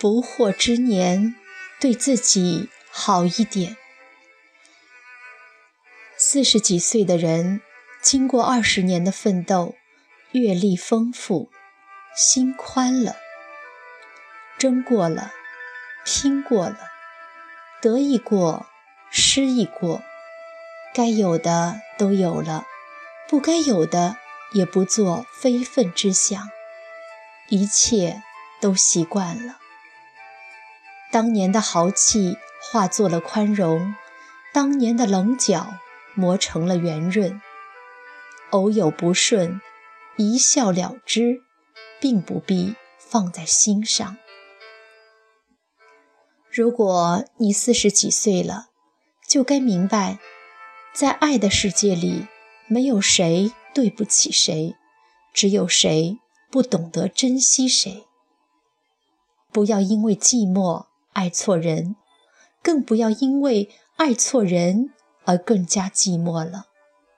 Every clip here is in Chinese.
不惑之年，对自己好一点。40几岁的人，经过20年的奋斗，阅历丰富，心宽了，争过了，拼过了，得意过，失意过，该有的都有了，不该有的也不做非分之想，一切都习惯了。当年的豪气化作了宽容，当年的棱角磨成了圆润。偶有不顺，一笑了之，并不必放在心上。如果你40几岁了，就该明白，在爱的世界里，没有谁对不起谁，只有谁不懂得珍惜谁。不要因为寂寞爱错人，更不要因为爱错人而更加寂寞了。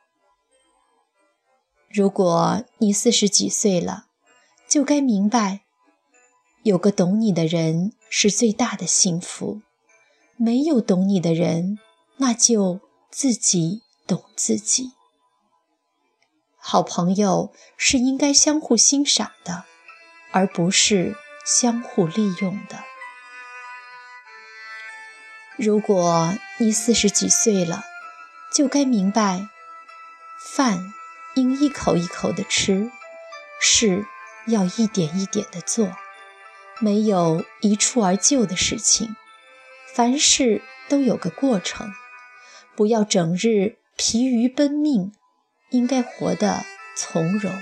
如果你40几岁了，就该明白，有个懂你的人是最大的幸福，没有懂你的人，那就自己懂自己。好朋友是应该相互欣赏的，而不是相互利用的。如果你40几岁了，就该明白，饭应一口一口地吃，事要一点一点地做，没有一蹴而就的事情，凡事都有个过程，不要整日疲于奔命，应该活得从容。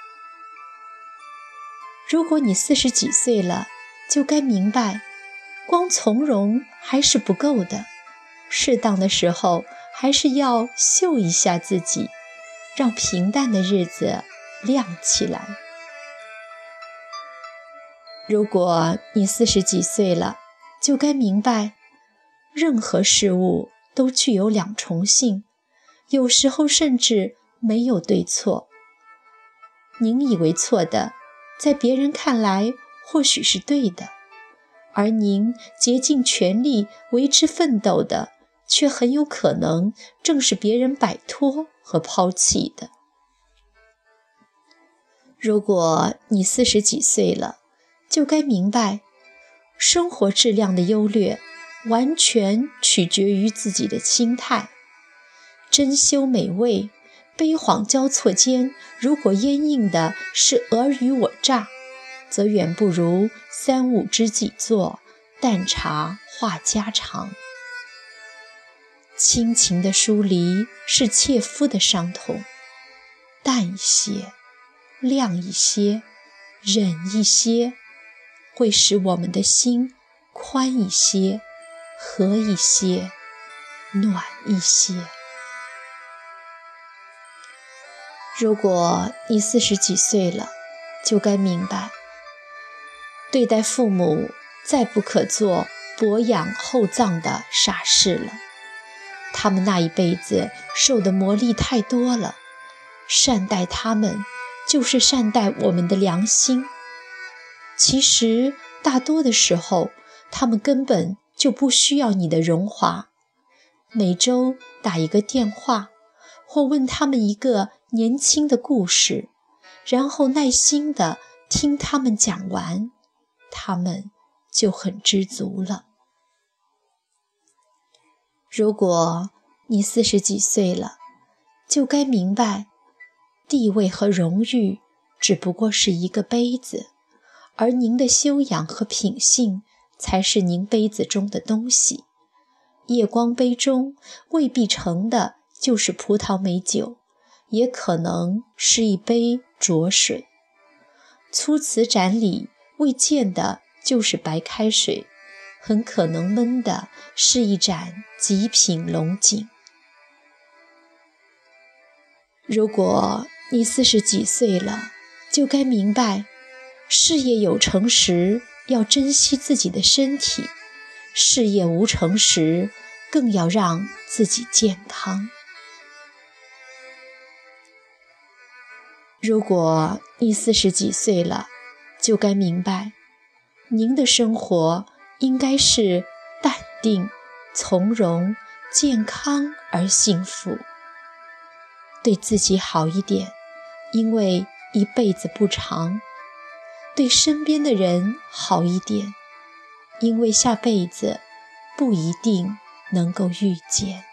如果你40几岁了，就该明白，光从容还是不够的，适当的时候还是要秀一下自己，让平淡的日子亮起来。如果你40几岁了，就该明白，任何事物都具有两重性，有时候甚至没有对错。您以为错的，在别人看来或许是对的，而您竭尽全力为之奋斗的，却很有可能正是别人摆脱和抛弃的。如果你40几岁了，就该明白，生活质量的优劣完全取决于自己的心态。珍馐美味，悲惶交错间，如果烟映的是尔虞我诈，则远不如三五知己坐，淡茶话家常。亲情的疏离是切肤的伤痛，淡一些，亮一些，忍一些，会使我们的心宽一些，和一些，暖一些。如果你40几岁了，就该明白，对待父母再不可做薄养厚葬的傻事了。他们那一辈子受的磨砺太多了，善待他们就是善待我们的良心。其实大多的时候，他们根本就不需要你的荣华。每周打一个电话，或问他们一个年轻的故事，然后耐心地听他们讲完，他们就很知足了。如果你40几岁了，就该明白，地位和荣誉只不过是一个杯子，而您的修养和品性才是您杯子中的东西。夜光杯中未必盛的就是葡萄美酒，也可能是一杯浊水。粗瓷盏里未见的就是白开水，很可能焖的是一盏极品龙井。如果你40几岁了，就该明白，事业有成时要珍惜自己的身体，事业无成时更要让自己健康。如果你40几岁了，就该明白， 您的生活应该是淡定、从容、健康而幸福。对自己好一点，因为一辈子不长；对身边的人好一点，因为下辈子不一定能够遇见。